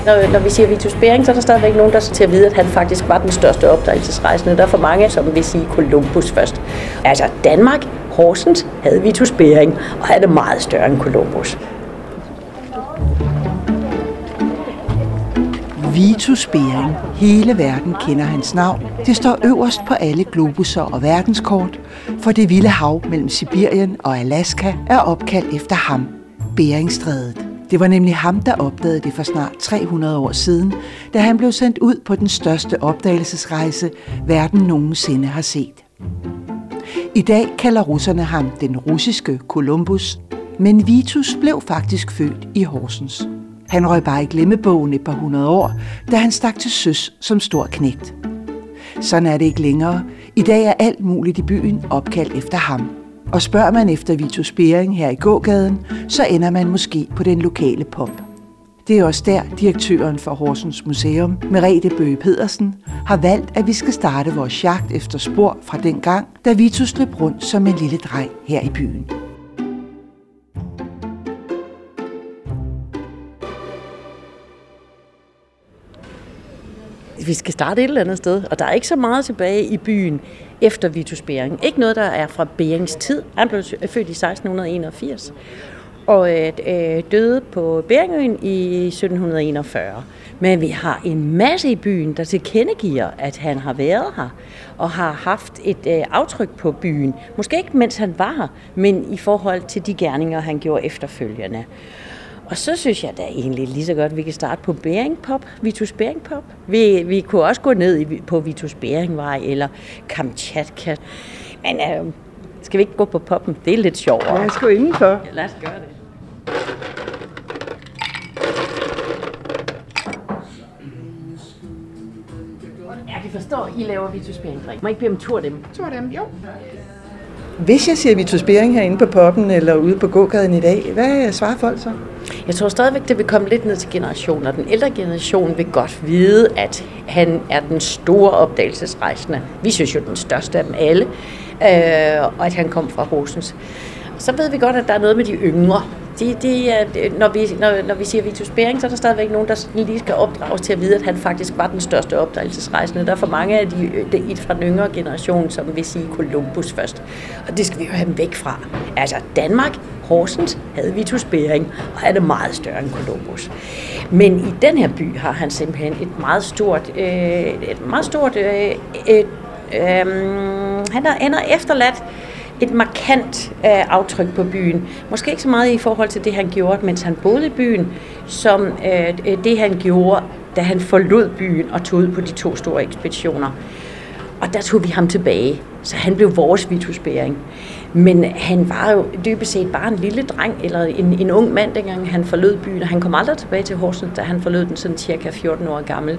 Når vi siger Vitus Bering, så er der stadigvæk nogen, der skal til at vide, at han faktisk var den største opdagelsesrejsende. Der er for mange, som vil sige Columbus først. Altså Danmark, Horsens, havde Vitus Bering, og han er meget større end Columbus. Vitus Bering. Hele verden kender hans navn. Det står øverst på alle globusser og verdenskort, for det vilde hav mellem Sibirien og Alaska er opkaldt efter ham, Beringstrædet. Det var nemlig ham, der opdagede det for snart 300 år siden, da han blev sendt ud på den største opdagelsesrejse, verden nogensinde har set. I dag kalder russerne ham den russiske Columbus, men Vitus blev faktisk født i Horsens. Han røg bare i glemmebogen et par hundrede år, da han stak til søs som stor knægt. Sådan er det ikke længere. I dag er alt muligt i byen opkaldt efter ham. Og spørger man efter Vitus Bering her i gågaden, så ender man måske på den lokale pub. Det er også der, direktøren for Horsens Museum, Merete Bøge Pedersen, har valgt, at vi skal starte vores jagt efter spor fra den gang, da Vitus løb rundt som en lille dreng her i byen. Vi skal starte et eller andet sted, og der er ikke så meget tilbage i byen efter Vitus Bering. Ikke noget, der er fra Berings tid. Han blev født i 1681 og døde på Beringøen i 1741. Men vi har en masse i byen, der tilkendegiver, at han har været her og har haft et aftryk på byen. Måske ikke, mens han var her, men i forhold til de gerninger, han gjorde efterfølgende. Og så synes jeg da egentlig lige så godt, at vi kan starte på Bering Pub, Vitus Bering Pub. Vi kunne også gå ned på Vitus Beringvej eller Kamchatka. Men skal vi ikke gå på puben? Det er lidt sjovere. Lad os gå indenfor. Ja, lad os gøre det. Jeg kan forstå, at I laver Vitus Bering-drik. Må ikke bede om to af dem? To af dem, jo. Hvis jeg siger Vitus Bering herinde på puben eller ude på gågaden i dag, hvad svarer folk så? Jeg tror stadigvæk, det vil komme lidt ned til generationer. Den ældre generation vil godt vide, at han er den store opdagelsesrejsende. Vi synes jo, den største af dem alle, og at han kom fra Horsens. Så ved vi godt, at der er noget med de yngre. Når vi siger Vitus Bering, så er der stadigvæk nogen, der lige skal opdrages til at vide, at han faktisk var den største opdagelsesrejsende. Der er for mange af de fra den yngre generation, som vil sige Columbus først. Og det skal vi jo have dem væk fra. Altså Danmark, Horsens, havde Vitus Bering, og han er meget større end Columbus. Men i den her by har han simpelthen et meget stort han har efterladt et markant aftryk på byen. Måske ikke så meget i forhold til det, han gjorde, mens han boede i byen, som det, han gjorde, da han forlod byen og tog ud på de 2 store ekspeditioner. Og der tog vi ham tilbage, så han blev vores Vitus Bering. Men han var jo dybest set bare en lille dreng, eller en ung mand, dengang han forlod byen, og han kom aldrig tilbage til Horsens, da han forlod den sådan cirka 14 år gammel.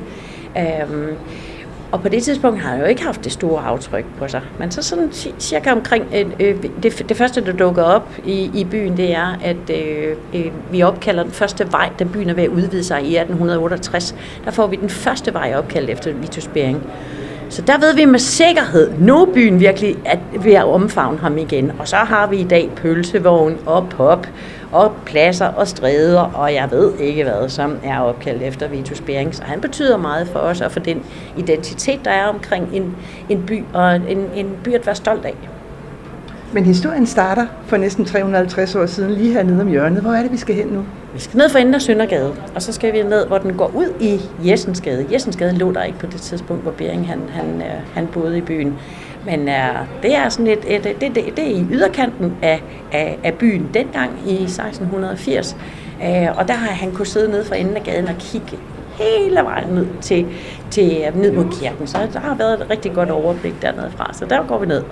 Og på det tidspunkt har han jo ikke haft det store aftryk på sig. Men så sådan cirka omkring det første, der dukker op i byen, det er, at vi opkalder den første vej, da byen er ved at udvide sig i 1868. Der får vi den første vej opkaldt efter Vitus Bering. Så der ved vi med sikkerhed, nu byen virkelig at ved at omfavne ham igen. Og så har vi i dag pølsevogn og pop og pladser og stræder, og jeg ved ikke hvad, som er opkaldt efter Vitus Bering. Så han betyder meget for os og for den identitet, der er omkring en by og en by at være stolt af. Men historien starter for næsten 350 år siden lige hernede om hjørnet. Hvor er det, vi skal hen nu? Vi skal ned for enden af Søndergade, og så skal vi ned, hvor den går ud i Jessensgade. Jessensgade lå der ikke på det tidspunkt, hvor Bering han boede i byen. Men det er sådan det er i yderkanten af byen dengang i 1680. Og der har han kunnet sidde nede for enden af gaden og kigge hele vejen ned ned mod kirken. Så der har været et rigtig godt overblik dernede fra, så der går vi ned.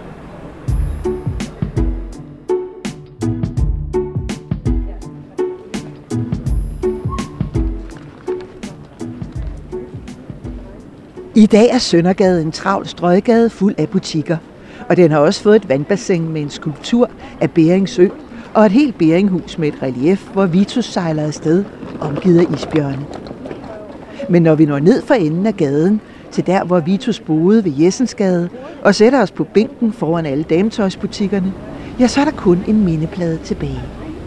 I dag er Søndergade en travl strøgade fuld af butikker, og den har også fået et vandbassin med en skulptur af Beringsø og et helt Beringhus med et relief, hvor Vitus sejler afsted, omgivet af isbjørne. Men når vi når ned for enden af gaden, til der hvor Vitus boede ved Jessensgade, og sætter os på bænken foran alle dametøjsbutikkerne, ja, så er der kun en mindeplade tilbage.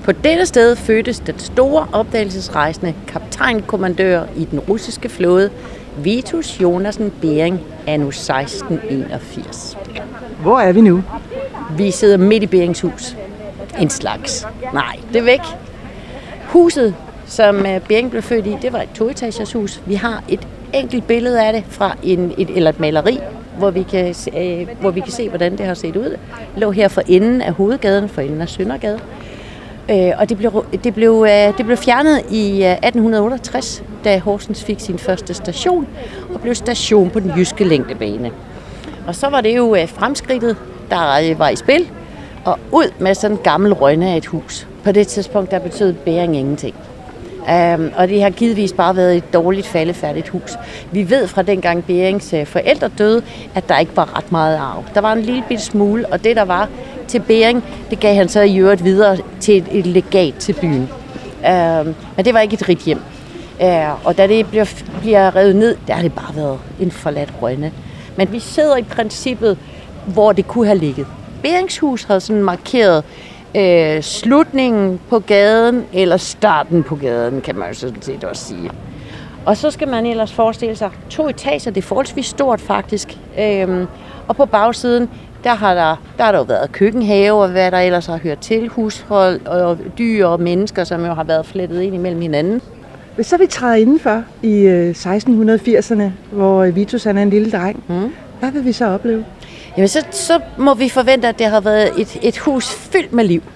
På dette sted fødtes den store opdagelsesrejsende kaptajnkommandør i den russiske flåde, Vitus Jonassen Bering, anno 1681. Hvor er vi nu? Vi sidder midt i Berings hus. En slags. Nej, det er væk. Huset, som Bering blev født i, det var et 2-etagers hus. Vi har et enkelt billede af det fra et maleri, hvor vi kan se, hvordan det har set ud. Det lå her for enden af hovedgaden, for enden af Søndergade. Og det blev fjernet i 1868, da Horsens fik sin første station, og blev station på den jyske længdebane. Og så var det jo fremskridtet, der var i spil, og ud med sådan en gammel rønne af et hus. På det tidspunkt, der betød Bering ingenting. Og det har givetvis bare været et dårligt faldefærdigt hus. Vi ved fra dengang Berings forældre døde, at der ikke var ret meget arv. Der var en lille bitte smule, og det der var til Bering, det gav han så i øvrigt videre til et legat til byen. Men det var ikke et rigt hjem. Og da det bliver revet ned, der har det bare været en forladt rønne. Men vi sidder i princippet, hvor det kunne have ligget. Berings hus havde sådan markeret slutningen på gaden, eller starten på gaden, kan man jo sådan set også sige. Og så skal man ellers forestille sig 2 etager, det er forholdsvis stort faktisk. Og på bagsiden, der har der jo været køkkenhave, og hvad der ellers har hørt til, hushold og dyr og mennesker, som jo har været flettet ind imellem hinanden. Hvis så vi træder indenfor i 1680'erne, hvor Vitus er en lille dreng, hvad vil vi så opleve? Jamen, så må vi forvente, at det har været et hus fyldt med liv.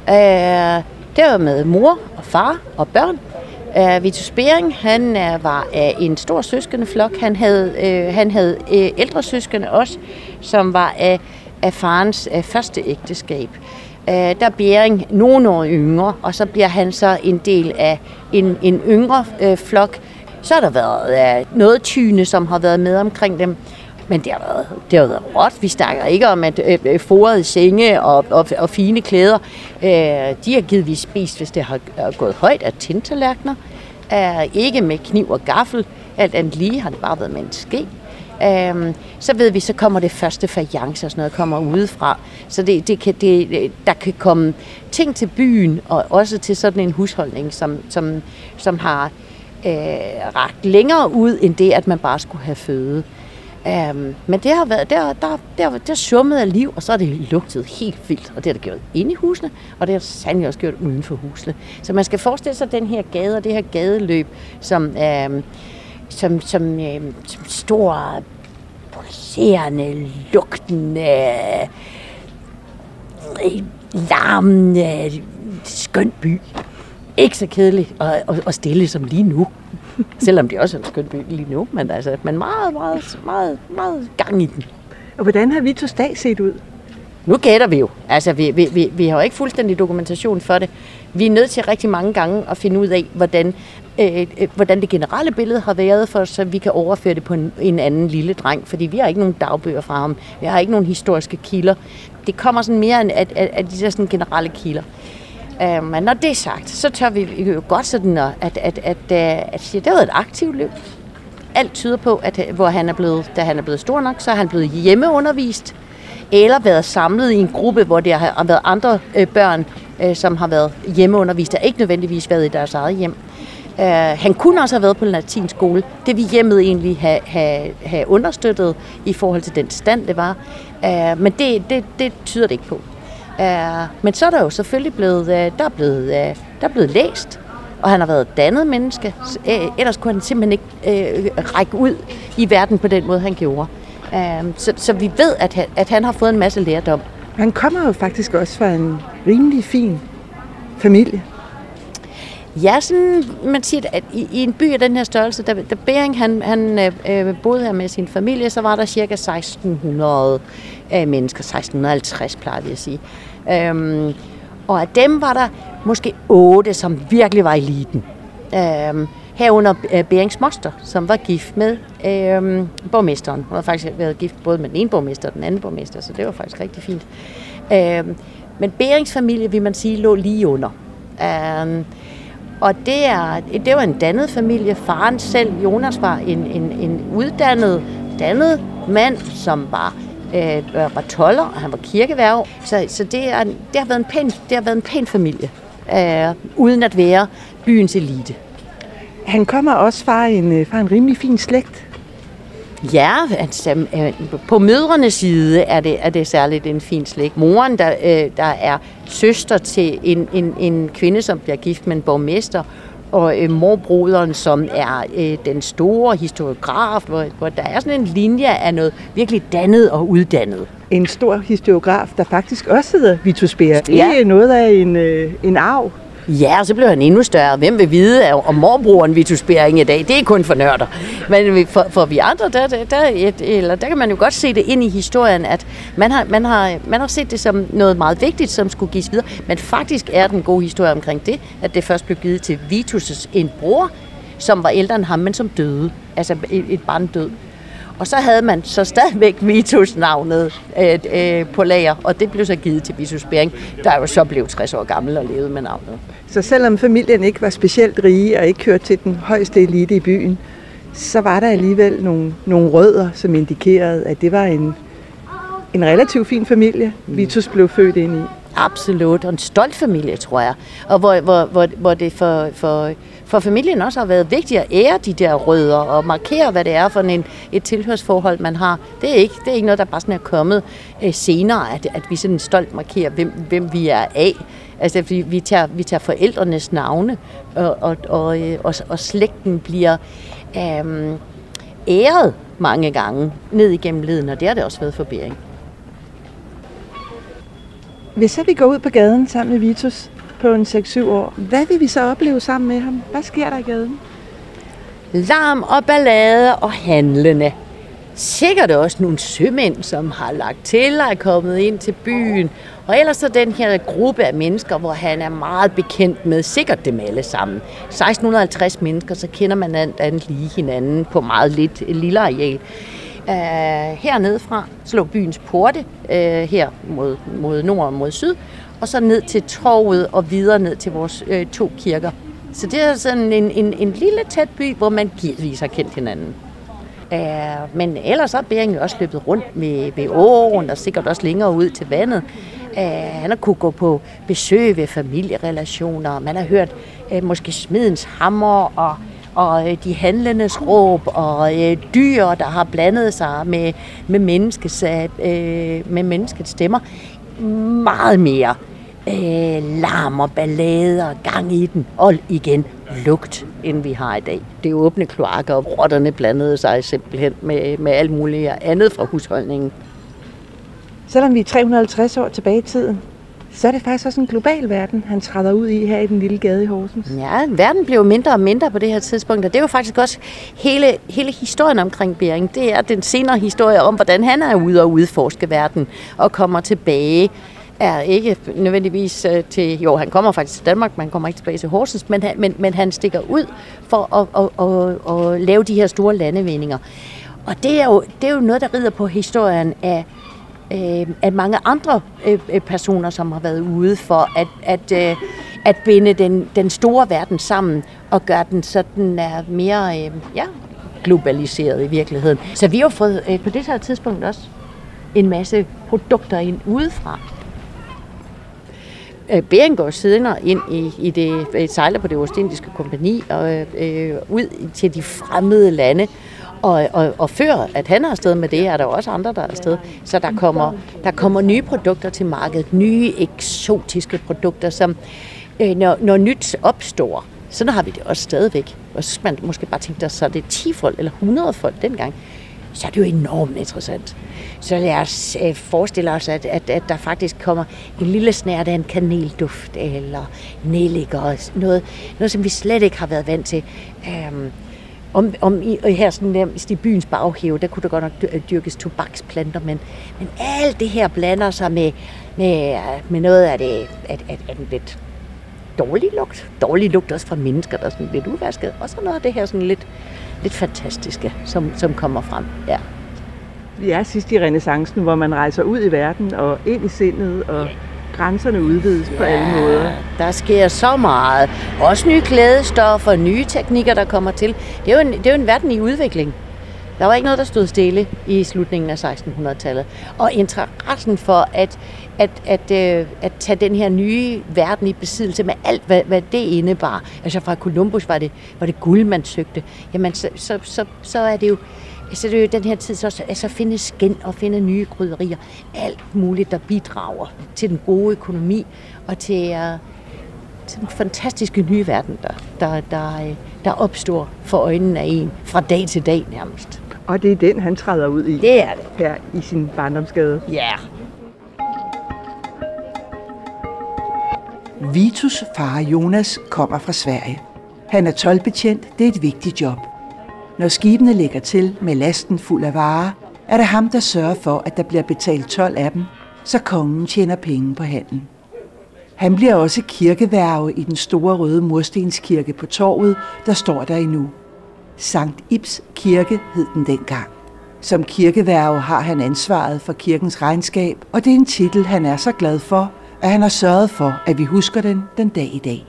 Det var med mor og far og børn. Vitus Bering, han var af en stor søskendeflok. Han havde ældre søskende også, som var af farens første ægteskab. Der er Bering nogle år yngre, og så bliver han så en del af en yngre flok. Så har der været noget tyne, som har været med omkring dem. Men det har været råt. Vi snakker ikke om at forede senge og fine klæder. De har givetvis spist, hvis det har gået højt, af tintallerkener. Ikke med kniv og gaffel. Alt andet lige har det bare været med en ske. Så ved vi, så kommer det første fajance og sådan noget, kommer udefra. Så der kan komme ting til byen, og også til sådan en husholdning, som har rakt længere ud, end det, at man bare skulle have føde. Men det har været, der summede af liv, og så er det lugtet helt vildt, og det har det gjort inde i husene, og det har sandelig også gjort uden for husene. Så man skal forestille sig den her gade og det her gadeløb, som stor, pulserende, lugtende, larmende, skøn by. Ikke så kedeligt og stille som lige nu. Selvom det også er en skøn by lige nu, men meget gang i den. Og hvordan har Vitus dag set ud? Nu gætter vi jo. Altså, vi har jo ikke fuldstændig dokumentation for det. Vi er nødt til rigtig mange gange at finde ud af, hvordan det generelle billede har været for os, så vi kan overføre det på en anden lille dreng. Fordi vi har ikke nogen dagbøger fra ham. Vi har ikke nogen historiske kilder. Det kommer sådan mere af de der sådan generelle kilder. Men når det er sagt, så tør vi jo godt sådan, at sige, det har været et aktivt liv. Alt tyder på, at da han er blevet stor nok, så er han blevet hjemmeundervist, eller været samlet i en gruppe, hvor der har været andre børn, som har været hjemmeundervist, og ikke nødvendigvis været i deres eget hjem. Han kunne også have været på en latinskole. Det vi hjemmet egentlig have understøttet i forhold til den stand, det var. Men det tyder det ikke på. Men så er der jo selvfølgelig blevet læst, og han har været dannet menneske. Ellers kunne han simpelthen ikke række ud i verden på den måde, han gjorde. Så vi ved, at han har fået en masse lærdom. Han kommer jo faktisk også fra en rimelig fin familie. Ja, sådan, man siger, at i en by af den her størrelse, da Bering han boede her med sin familie, så var der cirka 1600 mennesker, 1650 plejer vi at sige. Og af dem var der måske 8, som virkelig var eliten. Herunder Berings moster, som var gift med borgmesteren. Hun har faktisk været gift både med den ene borgmester og den anden borgmester, så det var faktisk rigtig fint. Men Berings familie, vil man sige, lå lige under. Og det var en dannet familie. Faren selv, Jonas, var en uddannet, dannet mand, som var toller, og han var kirkeværge. Så det har været en pæn familie. uden at være byens elite. Han kommer også fra en rimelig fin slægt. Ja, altså, på mødrenes side er det særligt en fin slægt. Moren, der er søster til en kvinde, som bliver gift med en borgmester, og morbroderen, som er den store historiograf, hvor der er sådan en linje af noget virkelig dannet og uddannet. En stor historiograf, der faktisk også hedder Vitus Bering. Det er noget af en arv. Ja, og så blev han endnu større. Hvem vil vide om morbroderen Vitus Bering i dag? Det er kun for nørder. Men for vi andre, der kan man jo godt se det ind i historien, at man har set det som noget meget vigtigt, som skulle gives videre. Men faktisk er den gode historie omkring det, at det først blev givet til Vitus' en bror, som var ældre end ham, men som døde. Altså et barn død. Og så havde man så stadigvæk Vitus-navnet på lager, og det blev så givet til Vitus Bering, der jo så blev 60 år gammel og levede med navnet. Så selvom familien ikke var specielt rige og ikke hørte til den højeste elite i byen, så var der alligevel nogle rødder, som indikerede, at det var en relativt fin familie, Vitus blev født ind i. Absolut, og en stolt familie, tror jeg. Og hvor det for familien også har været vigtigt at ære de der rødder og markere, hvad det er for et tilhørsforhold, man har. Det er ikke noget, der bare sådan er kommet senere, at vi sådan stolt markerer, hvem vi er af. Altså, vi tager forældrenes navne, og slægten bliver æret mange gange ned igennem leden, og det har det også været for Bering. Hvis så vi går ud på gaden sammen med Vitus på en 6-7 år, hvad vil vi så opleve sammen med ham? Hvad sker der i gaden? Larm og ballade og handlende. Sikkert også nogle sømænd, som har lagt til og er kommet ind til byen. Og ellers så den her gruppe af mennesker, hvor han er meget bekendt med, sikkert dem alle sammen. 1650 mennesker, så kender man andet lige hinanden på meget lille areal. Hernede fra slå byens porte, her mod nord og mod syd, og så ned til torvet og videre ned til vores 2 kirker. Så det er sådan en lille tæt by, hvor man givetvis har kendt hinanden. Men ellers har Bering også løbet rundt ved åen og sikkert også længere ud til vandet. Han har kunnet gå på besøg ved familierelationer. Man har hørt måske smedens hammer og de handlendes råb og dyr, der har blandet sig med menneskets stemmer. Meget mere larm og ballade og gang i den, og igen lugt, end vi har i dag. Det åbne kloakker, og rotterne blandede sig simpelthen med alt muligt andet fra husholdningen. Selvom vi er 350 år tilbage i tiden, så er det faktisk også en global verden, han træder ud i her i den lille gade i Horsens. Ja, verden blev mindre og mindre på det her tidspunkt, og det er jo faktisk også hele historien omkring Bering. Det er den senere historie om, hvordan han er ude og udforske verden og kommer tilbage. Er ikke nødvendigvis til... Jo, han kommer faktisk til Danmark, men han kommer ikke tilbage til Horsens, men han stikker ud for at lave de her store landevindinger. Og det er jo noget, der rider på historien af mange andre personer, som har været ude for at binde den store verden sammen og gøre den sådan mere globaliseret i virkeligheden. Så vi har fået på det her tidspunkt også en masse produkter ind udefra. Bering går senere ind i det, sejler på det Ostindiske Kompagni og ud til de fremmede lande. Og før at han er afsted med det, er der også andre, der er afsted. Så der kommer nye produkter til markedet, nye eksotiske produkter, som når nyt opstår, så har vi det også stadigvæk. Og så man måske bare tænke, så er det 10 folk eller 100 folk dengang. Så er det jo enormt interessant. Så lad os forestille os, at der faktisk kommer en lille snært af en kanelduft eller nelliker, noget, som vi slet ikke har været vant til. Her sådan i byens baghave, der kunne der godt nok dyrkes tobaksplanter, men alt det her blander sig med noget af det af den lidt dårlig lugt også fra mennesker, der er sådan lidt uvasket, og så noget af det her sådan lidt fantastiske, som kommer frem. Ja. Vi er sidst i renæssancen, hvor man rejser ud i verden og ind i sindet, og grænserne udvides på alle måder. Der sker så meget. Også nye klædestoffer, nye teknikker, der kommer til. Det er jo en verden i udvikling. Der var ikke noget, der stod stille i slutningen af 1600-tallet. Og interessen for at tage den her nye verden i besiddelse med alt, hvad det indebar. Altså fra Columbus var det guld, man søgte. Jamen, så er det jo... Så det er jo den her tid, så altså finde skin og finde nye krydderier. Alt muligt, der bidrager til den gode økonomi og til den fantastiske nye verden, der opstår for øjnene af en fra dag til dag nærmest. Og det er den, han træder ud i. Det er det. Her i sin barndomsgade. Ja. Vitus far Jonas kommer fra Sverige. Han er toldbetjent, det er et vigtigt job. Når skibene lægger til med lasten fuld af varer, er det ham, der sørger for, at der bliver betalt told af dem, så kongen tjener penge på handlen. Han bliver også kirkeværge i den store røde murstenskirke på torvet, der står der endnu. Sankt Ibs Kirke hed den dengang. Som kirkeværge har han ansvaret for kirkens regnskab, og det er en titel, han er så glad for, at han har sørget for, at vi husker den dag i dag.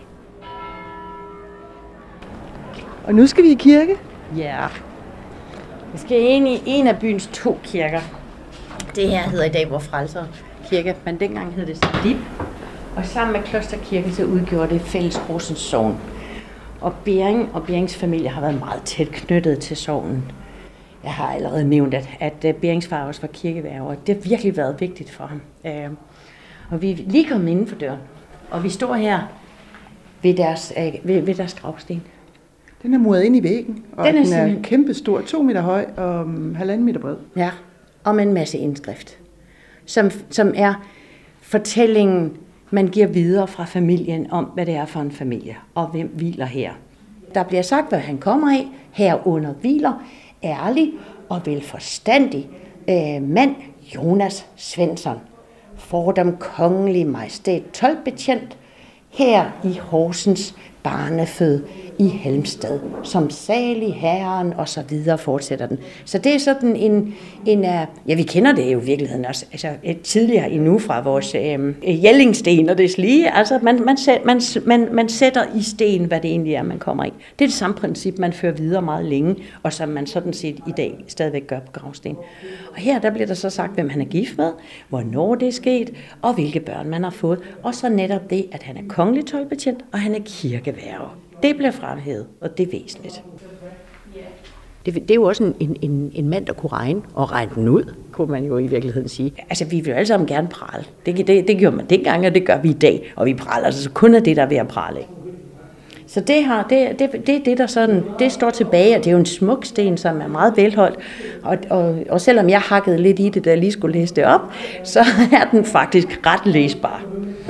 Og nu skal vi i kirke. Ja. Vi skal ind i en af byens 2 kirker. Det her hedder i dag Vor Frelser Kirke, men dengang hed det Sankt Ib. Og sammen med Klosterkirken så udgjorde det fælles Horsens sogn. Og Bering og Berings familie har været meget tæt knyttet til sognen. Jeg har allerede nævnt, at Berings far også var kirkeværge, og det har virkelig været vigtigt for ham. Og vi er lige kommet inden for døren, og vi står her ved deres gravsten. Den er muret ind i væggen, og den er kæmpestor, 2 meter høj og 1,5 meter bred. Ja, og med en masse indskrift, som er fortællingen, man giver videre fra familien om, hvad det er for en familie, og hvem hviler her. Der bliver sagt, hvad han kommer af. Herunder hviler ærlig og velforstandig mand Jonas Svensson, fordom kongelig majestæt toldbetjent, her i Horsens barnefød i Helmsted, som salig herren og så videre fortsætter den. Så det er sådan ja, vi kender det jo i virkeligheden også, altså tidligere endnu fra vores Jellingsten og deslige, altså man sætter i sten, hvad det egentlig er, man kommer i. Det er det samme princip, man fører videre meget længe, og som man sådan set i dag stadigvæk gør på gravsten. Og her der bliver der så sagt, hvem han er gift med, hvornår det er sket, og hvilke børn man har fået, og så netop det, at han er kongelig toldbetjent, og han er kirkeværge. Det bliver fremhævet, og det er væsentligt. Det er jo også en mand, der kunne regne den ud, kunne man jo i virkeligheden sige. Altså, vi vil jo alle sammen gerne prale. Det gjorde man dengang, og det gør vi i dag. Og vi praler altså kun af det, der er ved at prale. Så det er det, der sådan, det står tilbage, og det er jo en smuk sten, som er meget velholdt. Og selvom jeg hakkede lidt i det, da jeg lige skulle læse det op, så er den faktisk ret læsbar.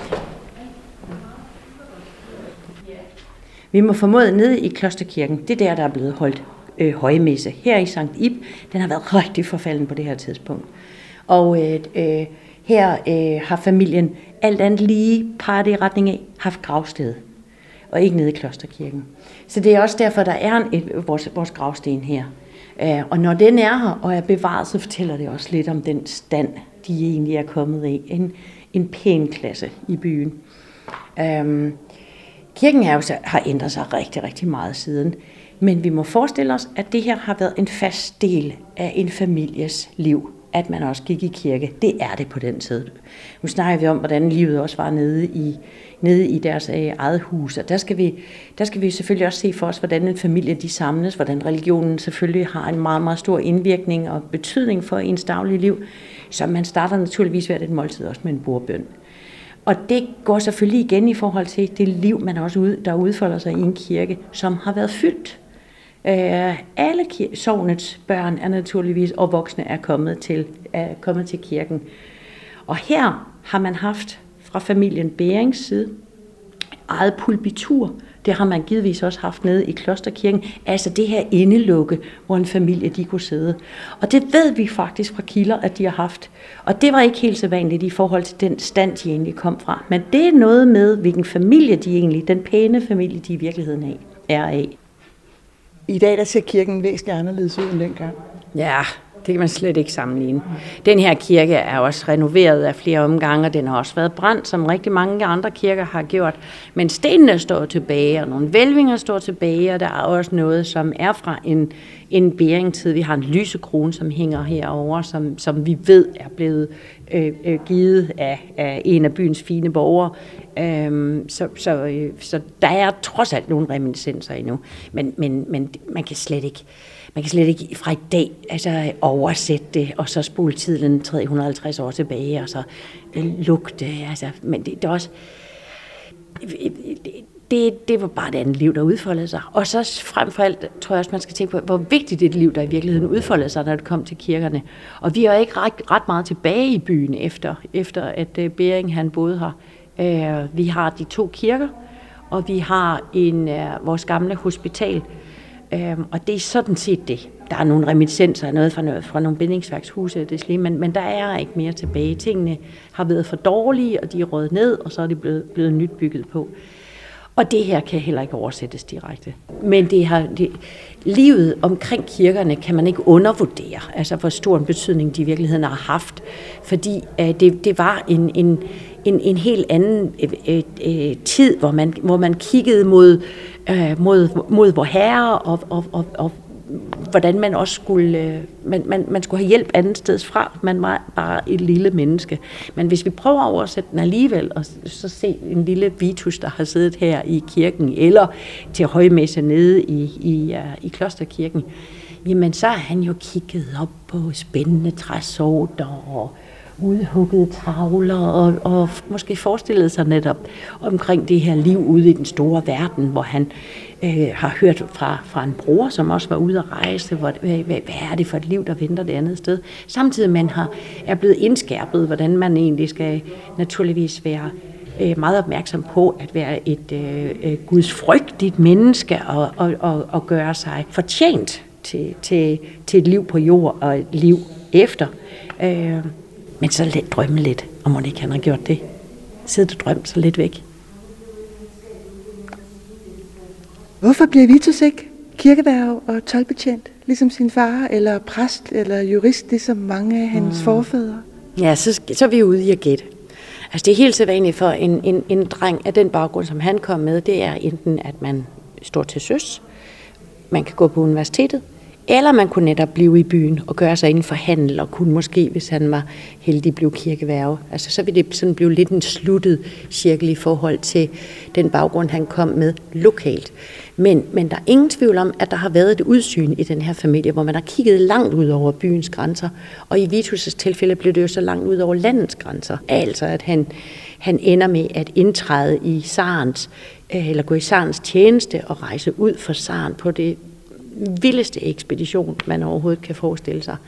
Vi må formode nede i Klosterkirken, det er der er blevet holdt højmesse. Her i Sankt Ib, den har været rigtig forfalden på det her tidspunkt. Og her har familien alt andet lige peget i retning af haft gravsted, og ikke nede i Klosterkirken. Så det er også derfor, der er vores gravsten her. Og når den er her og er bevaret, så fortæller det også lidt om den stand, de egentlig er kommet i. En pæn klasse i byen. Kirken har ændret sig rigtig, rigtig meget siden. Men vi må forestille os, at det her har været en fast del af en families liv, at man også gik i kirke. Det er det på den tid. Nu snakker vi om, hvordan livet også var nede i deres eget hus. Og der skal vi selvfølgelig også se for os, hvordan en familie de samles, hvordan religionen selvfølgelig har en meget, meget stor indvirkning og betydning for ens daglige liv. Så man starter naturligvis hvert et måltid også med en bordbøn. Og det går selvfølgelig igen i forhold til det liv, man også der udfolder sig i en kirke, som har været fyldt. Alle sognets børn er naturligvis, og voksne er kommet til kirken. Og her har man haft fra familien Berings side eget pulpitur. Det har man givetvis også haft nede i Klosterkirken. Altså det her indelukke, hvor en familie de kunne sidde. Og det ved vi faktisk fra kilder, at de har haft. Og det var ikke helt så vanligt i forhold til den stand, de egentlig kom fra. Men det er noget med, hvilken familie de egentlig, den pæne familie, de i virkeligheden er af. I dag der ser kirken væsentligt anderledes ud end dengang. Ja, Det kan man slet ikke sammenligne. Den her kirke er også renoveret af flere omgange, og den har også været brændt, som rigtig mange andre kirker har gjort. Men stenene står tilbage, og nogle hvælvinger står tilbage, og der er også noget, som er fra en bæringtid. Vi har en lysekrone, som hænger herovre, som vi ved er blevet givet af en af byens fine borgere. Så der er trods alt nogle reminiscenser endnu. Men man kan slet ikke fra i dag oversætte det, og så spole tiden 350 år tilbage, og så lugte. Men det er også... Det var bare et andet liv, der udfoldede sig. Og så frem for alt, tror jeg også, man skal tænke på, hvor vigtigt det er et liv, der i virkeligheden udfoldede sig, når det kom til kirkerne. Og vi er ikke ret meget tilbage i byen, efter at Bering han boede her. Vi har de 2 kirker, og vi har vores gamle hospital. Og det er sådan set det. Der er nogle reminiscenser af noget fra nogle bindingsværkshuse, men der er ikke mere tilbage. Tingene har været for dårlige, og de er røget ned, og så er de blevet nyt bygget på. Og det her kan heller ikke oversættes direkte. Men livet omkring kirkerne kan man ikke undervurdere, altså hvor stor en betydning de i virkeligheden har haft. Fordi det var en helt anden tid, hvor man kiggede mod vor Herre, og hvordan man også skulle have hjælp andet steds fra. Man var bare et lille menneske. Men hvis vi prøver at oversætte den alligevel, og så se en lille Vitus, der har siddet her i kirken, eller til højmesse nede i klosterkirken, jamen så har han jo kigget op på spændende træsorter og udhuggede tavler, og måske forestillede sig netop omkring det her liv ude i den store verden, hvor han har hørt fra en bror, som også var ude at rejse, hvad er det for et liv, der venter det andet sted. Samtidig man er blevet indskærpet, hvordan man egentlig skal naturligvis være meget opmærksom på at være et gudsfrygtigt menneske og gøre sig fortjent til et liv på jord og et liv efter. Men så let drømme lidt, om man ikke han har gjort det. Siddet og drømt så lidt væk. Hvorfor bliver Vitus ikke kirkeværge og toldbetjent, ligesom sin far, eller præst, eller jurist, ligesom mange af hans forfædre? Ja, så er vi ude i at gætte. Altså det er helt sædvanligt for en dreng af den baggrund, som han kom med, det er enten, at man står til søs, man kan gå på universitetet, eller man kunne netop blive i byen og gøre sig inden for handel, og kunne måske, hvis han var heldig, blive kirkeværge. Altså så ville det sådan blive lidt en sluttet cirkel i forhold til den baggrund, han kom med lokalt. Men der er ingen tvivl om, at der har været et udsyn i den her familie, hvor man har kigget langt ud over byens grænser. Og i Vitus' tilfælde blev det jo så langt ud over landets grænser. Altså at han ender med at indtræde i zarens, eller gå i zarens tjeneste og rejse ud for zaren på det vildeste ekspedition, man overhovedet kan forestille sig.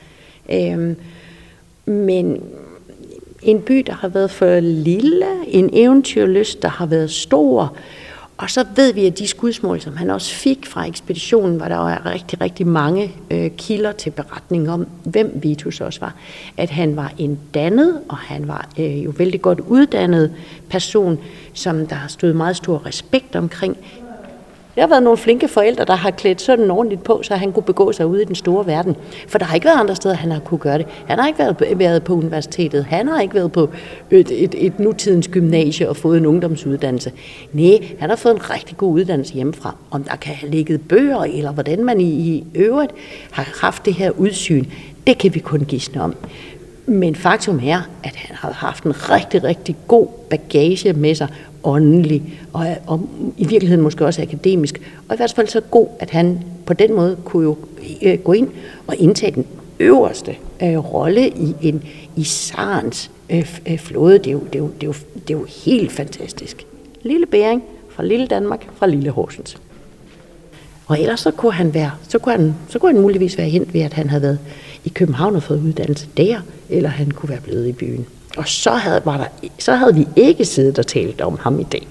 Men en by, der har været for lille, en eventyrlyst, der har været stor, og så ved vi, at de skudsmål, som han også fik fra ekspeditionen, var der jo rigtig, rigtig mange kilder til beretning om, hvem Vitus også var. At han var en dannet, og han var jo vældig godt uddannet person, som der har stået meget stor respekt omkring. Der har været nogle flinke forældre, der har klædt sådan ordentligt på, så han kunne begå sig ude i den store verden. For der har ikke været andre steder, han har kunne gøre det. Han har ikke været på universitetet. Han har ikke været på et nutidens gymnasie og fået en ungdomsuddannelse. Nej, han har fået en rigtig god uddannelse hjemmefra. Om der kan have ligget bøger, eller hvordan man i øvrigt har haft det her udsyn, det kan vi kun gisne om. Men faktum er, at han har haft en rigtig, rigtig god bagage med sig, åndelig, og i virkeligheden måske også akademisk, og i hvert fald så god, at han på den måde kunne jo gå ind og indtage den øverste rolle i zarens flåde. Det er jo helt fantastisk. Lille Bering fra lille Danmark, fra lille Horsens. Og ellers så kunne han muligvis være hent ved, at han havde været i København og fået uddannelse der, eller han kunne være blevet i byen. Og så havde vi ikke siddet og talt om ham i dag.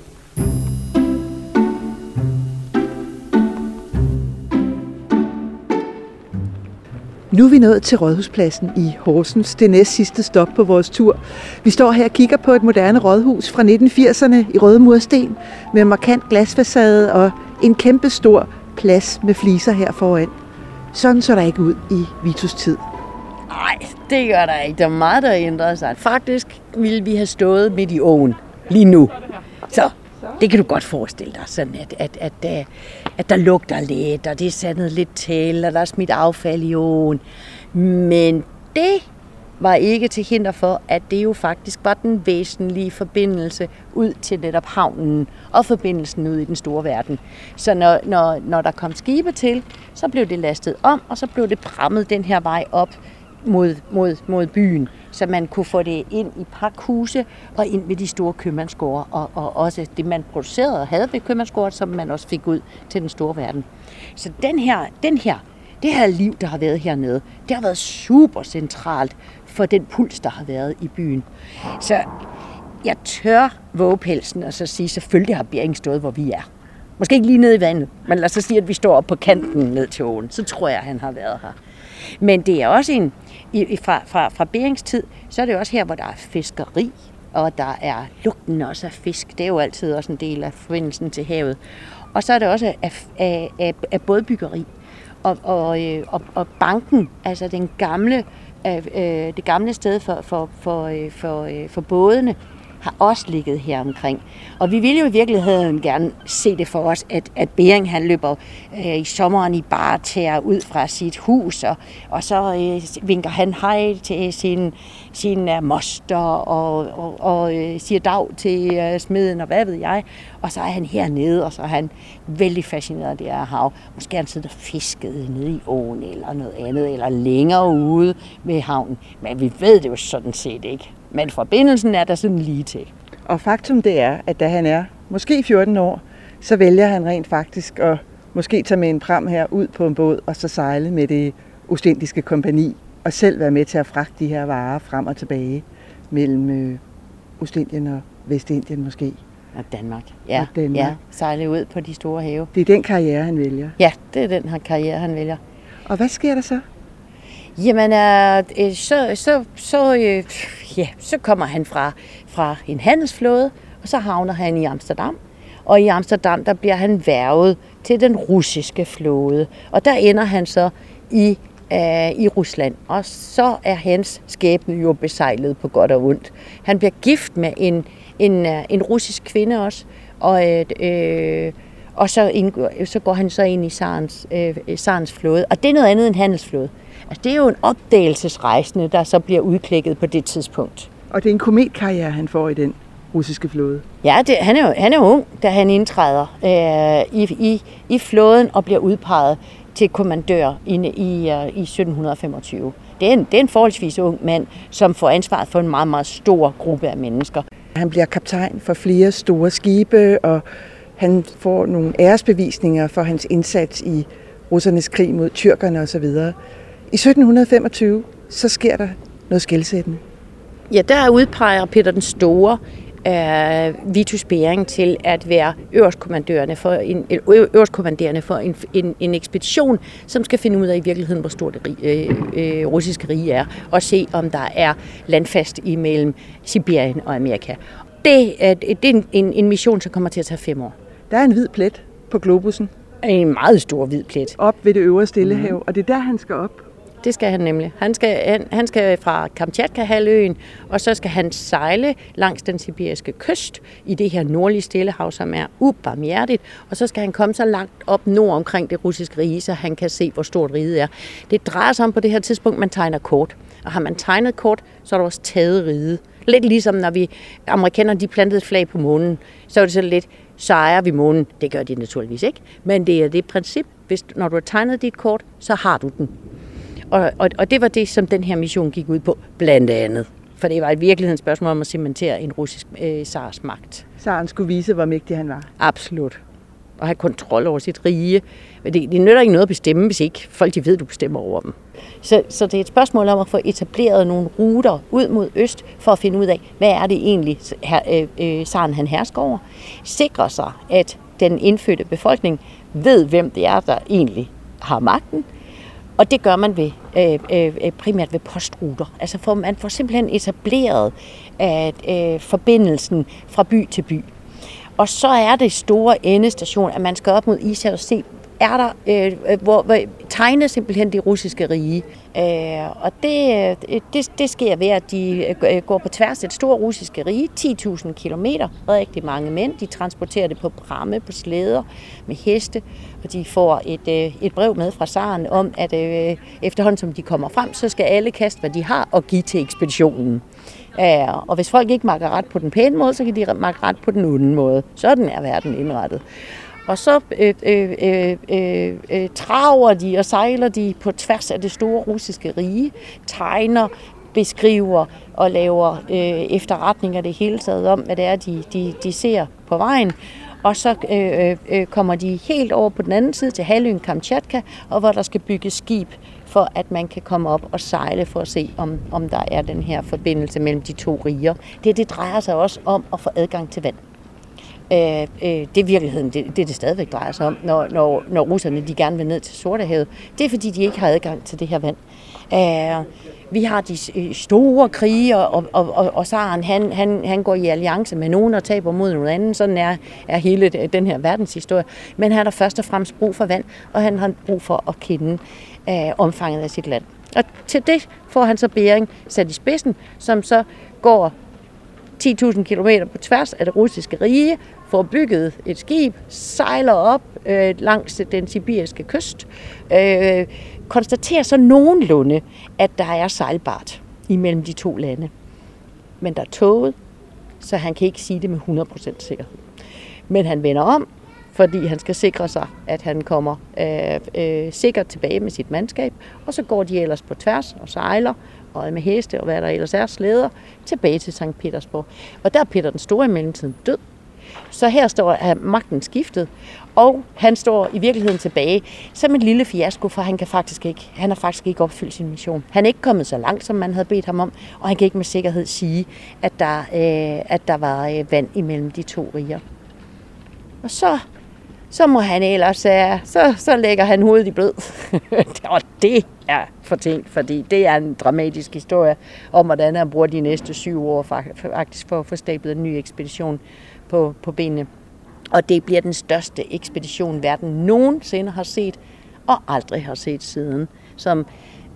Nu er vi nået til Rådhuspladsen i Horsens, det næst sidste stop på vores tur. Vi står her og kigger på et moderne rådhus fra 1980'erne i røde mursten, med markant glasfacade og en kæmpe stor plads med fliser her foran. Sådan så der ikke ud i Vitus' tid. Nej, det gør der ikke. Der er meget, der ændrer sig. Faktisk ville vi have stået midt i åen lige nu. Så det kan du godt forestille dig, sådan at der lugter lidt, og det er sandet lidt til, og der er smidt affald i åen. Men det var ikke til hinder for, at det jo faktisk var den væsentlige forbindelse ud til netop havnen og forbindelsen ud i den store verden. Så når der kom skibe til, så blev det lastet om, og så blev det prammet den her vej op mod byen, så man kunne få det ind i pakhuse og ind ved de store købmandsgårde, og også det, man producerede og havde ved købmandsgården, som man også fik ud til den store verden. Så det her liv, der har været hernede, det har været super centralt for den puls, der har været i byen. Så jeg tør våge pelsen og så sige, selvfølgelig har Bering stået, hvor vi er. Måske ikke lige nede i vandet, men lad os så sige, at vi står op på kanten ned til åen. Så tror jeg, han har været her. Men det er også fra Berings tid, så er det også her, hvor der er fiskeri, og der er lugten også af fisk. Det er jo altid også en del af forbindelsen til havet. Og så er det også af bådbyggeri. Og banken, altså det gamle sted for bådene, har også ligget her omkring. Og vi ville jo i virkeligheden gerne se det for os, at Bering han løber i sommeren i bartær ud fra sit hus, og så vinker han hej til sin moster og siger dag til smeden, og hvad ved jeg. Og så er han hernede, og så er han vældig fascineret af det her hav. Måske han sidder og fisket nede i åen eller noget andet, eller længere ude ved havnen. Men vi ved det jo sådan set ikke. Men forbindelsen er der sådan lige til. Og faktum det er, at da han er måske 14 år, så vælger han rent faktisk at måske tage med en pram her ud på en båd, og så sejle med det Ostindiske Kompagni, og selv være med til at fragte de her varer frem og tilbage mellem Ostindien og Vestindien måske. Og Danmark. Ja, sejle ud på de store have. Det er den karriere, han vælger? Ja, det er den her karriere, han vælger. Og hvad sker der så? Jamen, så kommer han fra en handelsflåde, og så havner han i Amsterdam. Og i Amsterdam, der bliver han hvervet til den russiske flåde. Og der ender han så i Rusland. Og så er hans skæbne jo besejlet på godt og ondt. Han bliver gift med en russisk kvinde også, og så går han så ind i Tsarens flåde. Og det er noget andet end handelsflåde. Altså, det er jo en opdagelsesrejsende, der så bliver udklækket på det tidspunkt. Og det er en kometkarriere, han får i den russiske flåde? Ja, han er ung, da han indtræder i flåden og bliver udpeget til kommandør i 1725. Det er en forholdsvis ung mand, som får ansvaret for en meget, meget stor gruppe af mennesker. Han bliver kaptajn for flere store skibe, og han får nogle æresbevisninger for hans indsats i russernes krig mod tyrkerne osv. I 1725, så sker der noget skelsættende. Ja, der udpeger Peter den Store Vitus Bering til at være øverstkommanderende for en ekspedition, som skal finde ud af i virkeligheden, hvor stort det russiske rige er, og se, om der er landfast imellem Sibirien og Amerika. Det er en mission, som kommer til at tage 5 år. Der er en hvid plet på globussen. En meget stor hvid plet. Op ved det øvre Stillehav, og det er der, han skal op. Det skal han nemlig. Han skal fra Kamtjatka-halvøen, og så skal han sejle langs den sibiriske kyst i det her nordlige Stillehav, som er ubarmhjertigt, og så skal han komme så langt op nord omkring det russiske rige, så han kan se, hvor stort riget er. Det drejer sig om på det her tidspunkt, man tegner kort. Og har man tegnet kort, så er der også taget riget. Lidt ligesom når amerikanerne de plantede et flag på månen, så er det sådan lidt, så ejer vi månen. Det gør de naturligvis ikke, men det er det princip. Når du har tegnet dit kort, så har du den. Og det var det, som den her mission gik ud på, blandt andet. For det var i virkeligheden et spørgsmål om at cementere en russisk tsars magt. Tsaren skulle vise, hvor mægtig han var. Absolut. Og have kontrol over sit rige. Men det nytter ikke noget at bestemme, hvis ikke folk de ved, du bestemmer over dem. Så det er et spørgsmål om at få etableret nogle ruter ud mod øst, for at finde ud af, hvad er det egentlig, tsaren han hersker over. Sikre sig, at den indfødte befolkning ved, hvem det er, der egentlig har magten. Og det gør man primært ved postruter. Altså man får simpelthen etableret forbindelsen fra by til by. Og så er det store endestation, at man skal op mod Ishavet og se, er der, hvor tegner simpelthen det russiske rige. Og det sker ved, at de går på tværs af det store russiske rige, 10.000 kilometer, rigtig mange mænd. De transporterer det på pramme, på slæder, med heste, og de får et brev med fra zaren om, at efterhånden som de kommer frem, så skal alle kaste, hvad de har, og give til ekspeditionen. Og hvis folk ikke makker ret på den pæne måde, så kan de makke ret på den onde måde. Sådan er verden indrettet. Og så traver de og sejler de på tværs af det store russiske rige, tegner, beskriver og laver efterretninger det hele taget om, hvad det er, de ser på vejen. Og så kommer de helt over på den anden side til halvøen Kamchatka, og hvor der skal bygges skib, for at man kan komme op og sejle for at se, om der er den her forbindelse mellem de to riger. Det drejer sig også om at få adgang til vand. Det er virkeligheden, det stadigvæk drejer sig om, når russerne de gerne vil ned til Sortehavet. Det er fordi, de ikke har adgang til det her vand. Vi har de store krige, og zaren han går i alliance med nogen og taber mod nogen anden. Sådan er hele den her verdenshistorie. Men han har først og fremmest brug for vand, og han har brug for at kende omfanget af sit land. Og til det får han så Bering sat i spidsen, som så går 10.000 kilometer på tværs af det russiske rige, får bygget et skib, sejler op langs den sibiriske kyst, konstaterer så nogenlunde, at der er sejlbart imellem de to lande. Men der er tåget, så han kan ikke sige det med 100% sikkerhed. Men han vender om, fordi han skal sikre sig, at han kommer sikkert tilbage med sit mandskab, og så går de ellers på tværs og sejler, og med heste og hvad der ellers er, slæder, tilbage til Sankt Petersborg. Og der er Peter den Store i mellemtiden død. Så her står magten skiftet, og han står i virkeligheden tilbage som en lille fiasko, for han har faktisk ikke opfyldt sin mission. Han er ikke kommet så langt, som man havde bedt ham om, og han kan ikke med sikkerhed sige, at der var vand imellem de to riger. Og så må han ellers, så lægger han hovedet i blød. Og det er fortænkt, fordi det er en dramatisk historie om, hvordan han bruger de næste 7 år faktisk for at få stablet en ny ekspedition på benene. Og det bliver den største ekspedition, verden nogensinde har set, og aldrig har set siden, som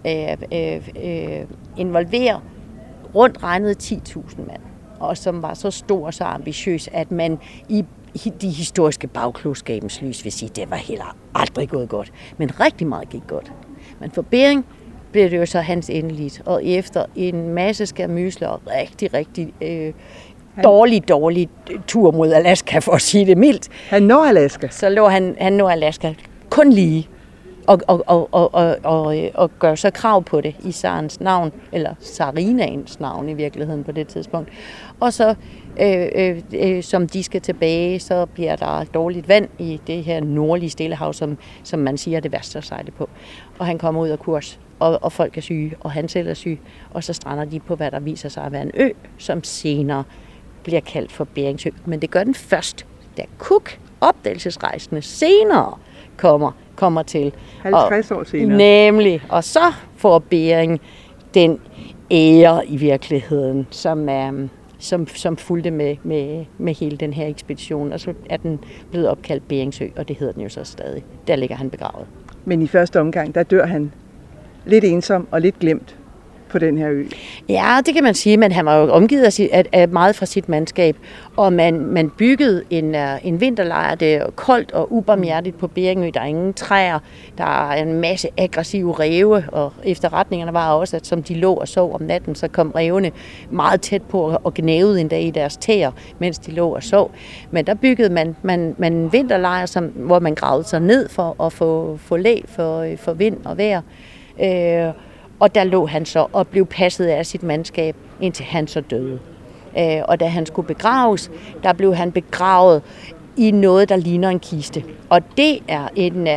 involverer rundt regnet 10.000 mand, og som var så stor og så ambitiøs, at man i de historiske bagklogskabens lys vil sige, at det var heller aldrig gået godt. Men rigtig meget gik godt. Men for Bering blev det jo så hans endeligt, og efter en masse skærmysler og rigtig dårlig tur mod Alaska, for at sige det mildt. Han når Alaska. Så lå han når Alaska kun lige, og gør så krav på det i zarens navn, eller Tsarinaens navn i virkeligheden på det tidspunkt. Og så, som de skal tilbage, så bliver der dårligt vand i det her nordlige Stillehav, som man siger er det værste at sejle på. Og han kommer ud af kurs, og folk er syge, og han selv er syg, og så strander de på, hvad der viser sig at være en ø, som senere bliver kaldt for Beringsø. Men det gør den først, da Cook, opdagelsesrejsende, senere kommer til. 50 år senere. Nemlig, og så får Bering den ære i virkeligheden, som fulgte med hele den her ekspedition. Og så er den blevet opkaldt Beringsø, og det hedder den jo så stadig. Der ligger han begravet. Men i første omgang, der dør han lidt ensom og lidt glemt på den her ø. Ja, det kan man sige, men han var jo omgivet af meget fra sit mandskab, og man byggede en vinterlejr. Det er koldt og ubarmhjertigt på Beringø. Der er ingen træer, der er en masse aggressive ræve, og efterretningerne var også, at som de lå og sov om natten, så kom rævene meget tæt på og gnavede en dag i deres tæer, mens de lå og sov. Men der byggede man en vinterlejr, hvor man gravede sig ned for at få læ for vind og vejr. Og der lå han så og blev passet af sit mandskab, indtil han så døde. Og da han skulle begraves, der blev han begravet i noget, der ligner en kiste. Og det er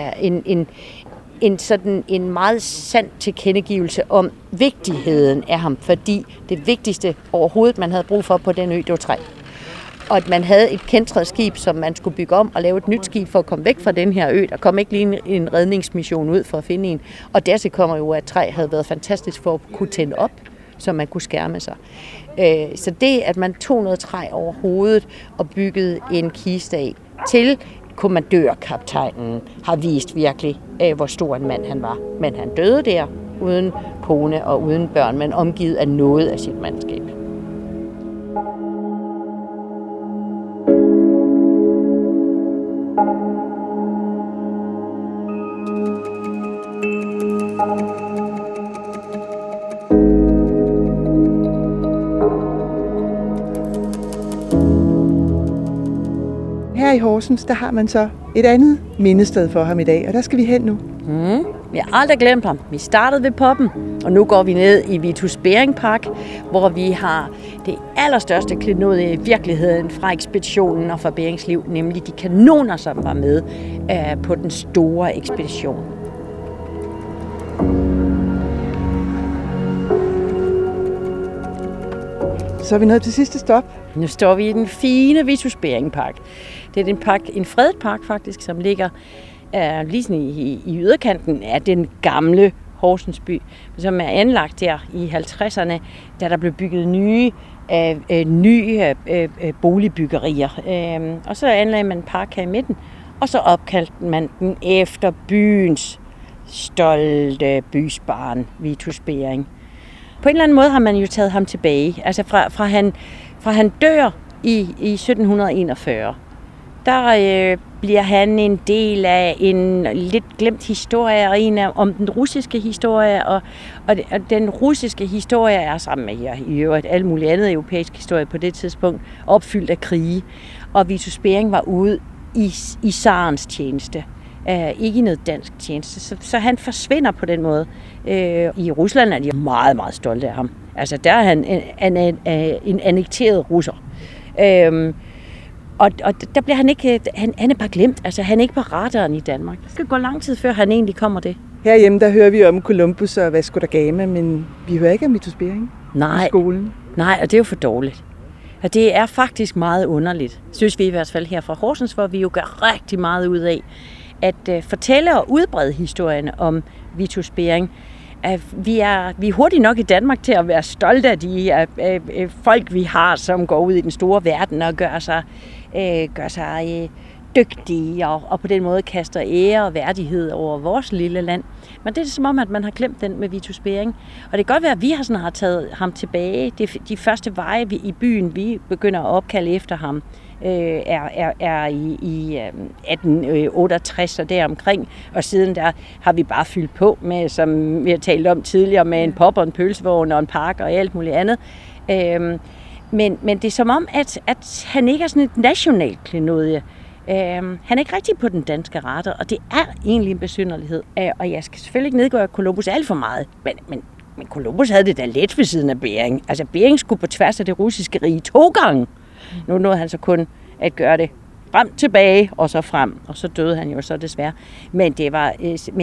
en meget sand tilkendegivelse om vigtigheden af ham, fordi det vigtigste overhovedet, man havde brug for på den ø, det var træ. Og at man havde et kentræskib, som man skulle bygge om og lave et nyt skib for at komme væk fra den her ø. Der kom ikke lige en redningsmission ud for at finde en. Og dertil kommer jo, at træ havde været fantastisk for at kunne tænde op, så man kunne skærme sig. Så det, at man tog noget træ over hovedet og byggede en kiste af til kommandørkaptajnen, har vist virkelig, hvor stor en mand han var. Men han døde der uden kone og uden børn, men omgivet af noget af sit mandskab. Her i Horsens, der har man så et andet mindested for ham i dag, og der skal vi hen nu. Vi har aldrig glemt ham. Vi startede ved Poppen, og nu går vi ned i Vitus Bering Park, hvor vi har det allerstørste klenodie i virkeligheden fra ekspeditionen og fra Berings liv, nemlig de kanoner, som var med på den store ekspedition. Så er vi nået til sidste stop. Nu står vi i den fine Vitus Bering Park. Det er en fredet park faktisk, som ligger lige sådan i yderkanten af den gamle Horsens by, som er anlagt der i 50'erne, da der blev bygget nye boligbyggerier. Og så anlagde man en park her i midten, og så opkaldte man den efter byens stolte bysbarn, Vitus Bering. På en eller anden måde har man jo taget ham tilbage. Altså fra han dør i 1741, der bliver han en del af en lidt glemt historie, og en om den russiske historie, og den russiske historie er sammen med her i øvrigt alt muligt andet europæisk historie på det tidspunkt, opfyldt af krige. Og Vitus Bering var ude i zarens tjeneste. Ikke i noget dansk tjeneste, så han forsvinder på den måde. I Rusland er de meget, meget stolte af ham. Altså der er han en annekteret russer. Og der bliver han ikke, han er bare glemt. Altså han er ikke på radaren i Danmark. Det skal gå lang tid, før han egentlig kommer det. Herhjemme, der hører vi om Columbus og Vasco da Gama, men vi hører ikke om Vitus Bering i skolen. Nej, og det er jo for dårligt. Og det er faktisk meget underligt, synes vi i hvert fald her fra Horsens, hvor vi jo gør rigtig meget ud af at fortælle og udbrede historien om Vitus Bering. Vi er hurtigt nok i Danmark til at være stolte af de folk, vi har, som går ud i den store verden og gør sig dygtige og på den måde kaster ære og værdighed over vores lille land. Men det er som om, at man har glemt den med Vitus Bering. Og det kan godt være, at vi har taget ham tilbage. De første veje i byen, vi begynder at opkalde efter ham, er i 1868 og deromkring, og siden der har vi bare fyldt på med, som vi har talt om tidligere, med en pop og en pølsevogn og en park og alt muligt andet. Men det er som om, at han ikke er sådan et nationalt klenodie. Han er ikke rigtig på den danske radar, og det er egentlig en besynderlighed. Og jeg skal selvfølgelig ikke nedgøre Columbus alt for meget, men Columbus havde det da let ved siden af Bering. Altså Bering skulle på tværs af det russiske rige 2 gange. Nu nåede han så kun at gøre det frem, tilbage og så frem, og så døde han jo så desværre. Men det var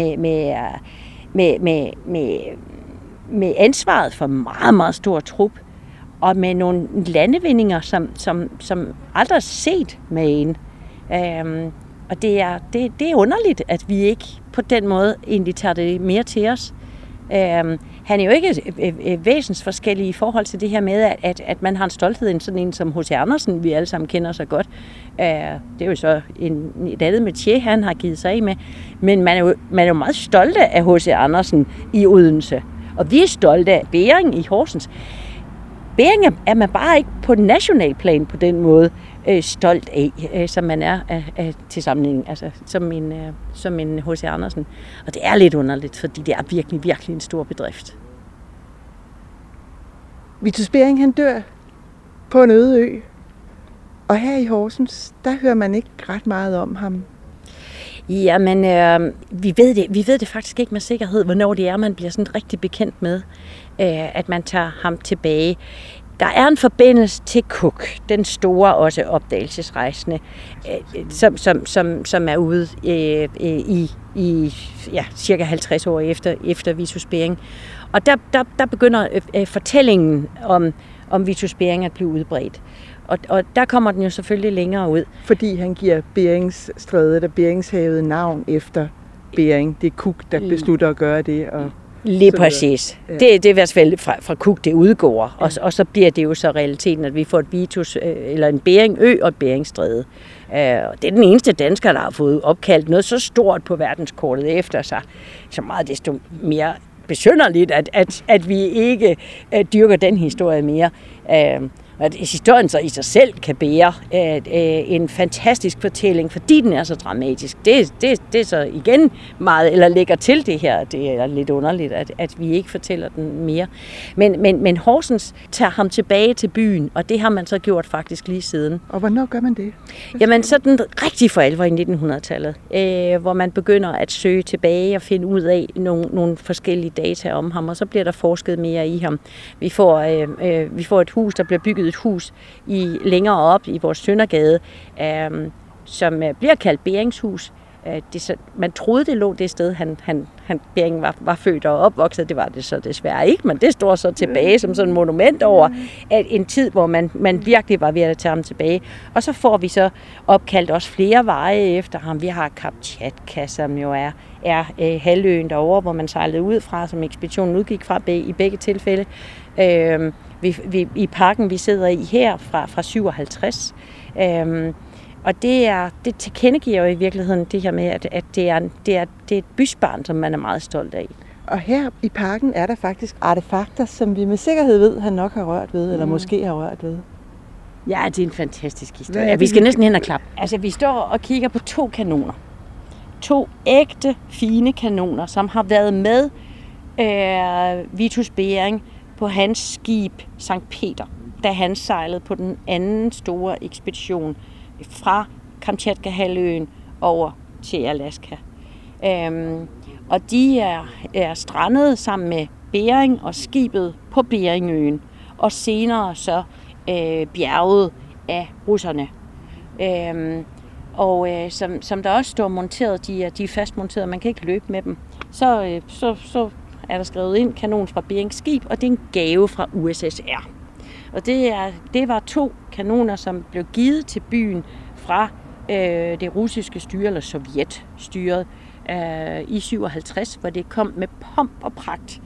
med ansvaret for meget, meget stor trup, og med nogle landevindinger, som aldrig er set med en. Og det er underligt, at vi ikke på den måde egentlig tager det mere til os. Han er jo ikke væsensforskellig i forhold til det her med, at man har en stolthed end sådan en som H.C. Andersen, vi alle sammen kender så godt. Det er jo så et andet metier, han har givet sig af med. Men man er jo meget stolte af H.C. Andersen i Odense. Og vi er stolte af Bering i Horsens. Bering er man bare ikke på nationalplan på den måde stolt af, som man er til sammenligning, altså som en H.C. Andersen. Og det er lidt underligt, fordi det er virkelig, virkelig en stor bedrift. Vitus Bering, han dør på en øde ø. Og her i Horsens, der hører man ikke ret meget om ham. Jamen, vi ved det faktisk ikke med sikkerhed, hvornår det er, man bliver sådan rigtig bekendt med, at man tager ham tilbage. Der er en forbindelse til Cook, den store også opdagelsesrejsende, som er ude i cirka 50 år efter Vitus Bering. Og der begynder fortællingen om Vitus Bering at blive udbredt. Og der kommer den jo selvfølgelig længere ud. Fordi han giver Beringsstrædet og Beringshavet navn efter Bering. Det er Cook, der beslutter at gøre det. Og lige præcis. Ja. Det er i hvert fald fra Cook, det udgår. Ja. Og så bliver det jo så realiteten, at vi får et Vitus, eller en Beringø og et Beringstræde. Det er den eneste dansker, der har fået opkaldt noget så stort på verdenskortet efter sig. Så meget desto mere besynderligt, at vi ikke dyrker den historie mere. At historien så i sig selv kan bære en fantastisk fortælling, fordi den er så dramatisk. Det er så igen meget, eller lægger til det her. Det er lidt underligt, at vi ikke fortæller den mere. Men Horsens tager ham tilbage til byen, og det har man så gjort faktisk lige siden. Og hvornår gør man det? Jamen sådan rigtig for alvor i 1900-tallet, hvor man begynder at søge tilbage og finde ud af nogle forskellige data om ham, og så bliver der forsket mere i ham. Vi får et hus, der bliver bygget et hus længere op i vores Søndergade, som bliver kaldt Beringshus. Man troede, det lå det sted, Bering var født og opvokset. Det var det så desværre ikke, men det står så tilbage som sådan et monument over at en tid, hvor man virkelig var ved at tage ham tilbage. Og så får vi så opkaldt også flere veje efter ham. Vi har Kamchatka, som jo er halvøen derovre, hvor man sejlede ud fra, som ekspeditionen udgik fra i begge tilfælde. I parken, vi sidder i her fra 57. Og det tilkendegiver jo i virkeligheden det her med, at det er et bysbarn, som man er meget stolt af. Og her i parken er der faktisk artefakter, som vi med sikkerhed ved, han nok har rørt ved, eller måske har rørt ved. Ja, det er en fantastisk historie. Vi skal næsten hen og klappe. Altså, vi står og kigger på 2 kanoner. 2 ægte, fine kanoner, som har været med Vitus Bering på hans skib Sankt Peter, da han sejlede på den anden store ekspedition fra Kamchatka-halvøen over til Alaska. Og de er strandet sammen med Bering og skibet på Beringøen, og senere så bjerget af russerne. Som der også står monteret, de er fastmonteret, man kan ikke løbe med dem. Så er der skrevet ind kanon fra Berings skib, og det er en gave fra USSR. Og det var 2 kanoner, som blev givet til byen fra det russiske styre, eller sovjetstyret, i 57, hvor det kom med pomp og pragt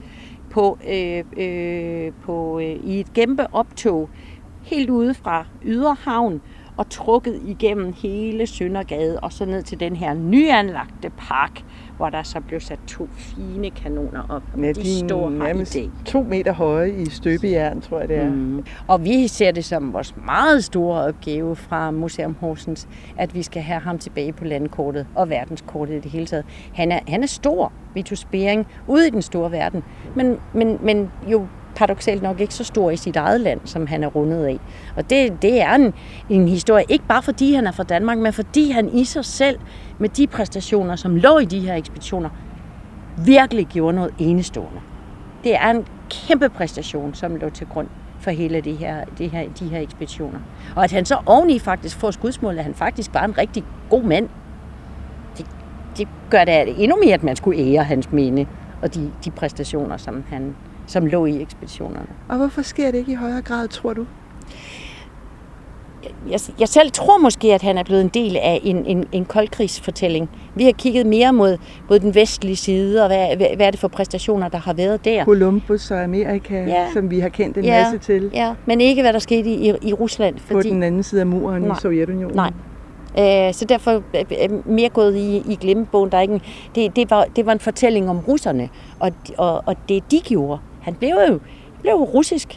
i et kæmpe optog helt ude fra Yderhavn og trukket igennem hele Søndergade og så ned til den her nyanlagte park, hvor der så blev sat 2 fine kanoner op. Ja, de står nærmest 2 meter høje i støbejern, tror jeg det er. Og vi ser det som vores meget store opgave fra Museum Horsens, at vi skal have ham tilbage på landkortet og verdenskortet i det hele taget. Han er stor, Vitus Bering, ude i den store verden, men jo paradoksalt nok ikke så stor i sit eget land, som han er rundet af. Og det er en historie, ikke bare fordi han er fra Danmark, men fordi han i sig selv, med de præstationer, som lå i de her ekspeditioner, virkelig gjorde noget enestående. Det er en kæmpe præstation, som lå til grund for hele de her ekspeditioner. Og at han så oveni faktisk får skudsmålet, at han faktisk var en rigtig god mand, det gør det endnu mere, at man skulle ære hans minde og de præstationer, som lå i ekspeditionerne. Og hvorfor sker det ikke i højere grad, tror du? Jeg selv tror måske, at han er blevet en del af en koldkrigsfortælling. Vi har kigget mere mod den vestlige side, og hvad er det for præstationer, der har været der. Columbus og Amerika, som vi har kendt en masse til. Ja, men ikke hvad der skete i Rusland. På den anden side af muren i Sovjetunionen. Nej. Så derfor mere gået i glemmebogen. Der er ikke det var en fortælling om russerne, og det de gjorde. Han blev russisk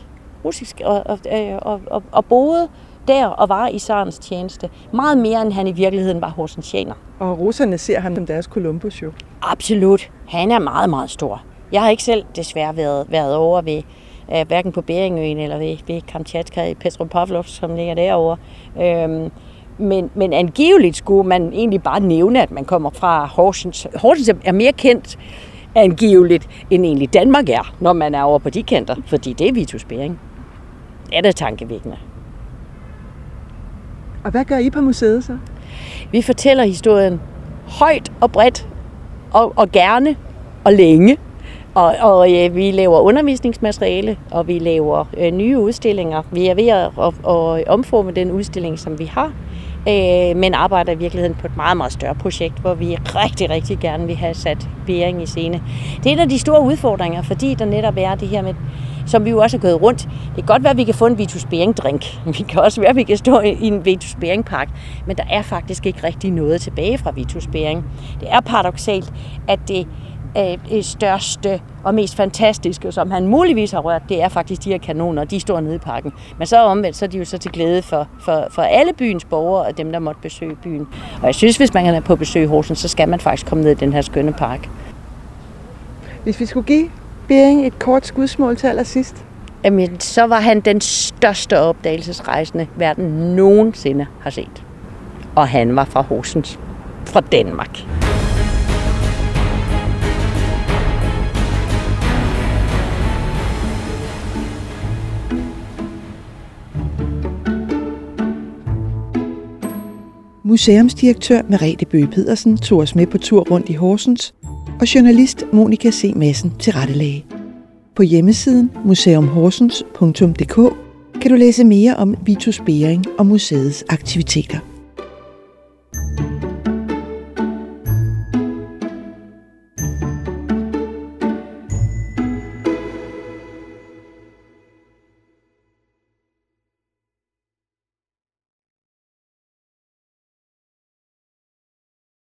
og boede der og var i tsarens tjeneste. Meget mere, end han i virkeligheden var horsensianer. Og russerne ser ham som deres Columbus jo. Absolut. Han er meget, meget stor. Jeg har ikke selv desværre været over ved hverken på Beringøen eller ved Kamchatka i Petropavlov, som ligger derovre. Men angiveligt skulle man egentlig bare nævne, at man kommer fra Horsens. Horsens er mere kendt angiveligt, end egentlig Danmark er, når man er over på de kanter, fordi det er Vitus Bering. Det er da tankevækkende. Og hvad gør I på museet så? Vi fortæller historien højt og bredt, og gerne og længe. Og vi laver undervisningsmateriale, og vi laver nye udstillinger. Vi er ved at omforme den udstilling, som vi har, men arbejder i virkeligheden på et meget, meget større projekt, hvor vi rigtig, rigtig gerne vil have sat Bering i scene. Det er en af de store udfordringer, fordi der netop er det her med, som vi jo også har gået rundt. Det kan godt være, at vi kan få en Vitus Bering-drink. Vi kan også være, at vi kan stå i en Vitus Bering-park. Men der er faktisk ikke rigtig noget tilbage fra Vitus Bering. Det er paradoksalt, at det største og mest fantastiske, som han muligvis har rørt, det er faktisk de her kanoner, de står nede i parken. Men så omvendt, så er de jo så til glæde for alle byens borgere og dem, der måtte besøge byen. Og jeg synes, hvis man er på besøg i Horsens, så skal man faktisk komme ned i den her skønne park. Hvis vi skulle give Bering et kort skudsmål til allersidst? Jamen, så var han den største opdagelsesrejsende, verden nogensinde har set. Og han var fra Horsens, fra Danmark. Museumsdirektør Merete Bøge Pedersen tog os med på tur rundt i Horsens, og journalist Monika C. Madsen tilrettelagde. På hjemmesiden museumhorsens.dk kan du læse mere om Vitus Bering og museets aktiviteter.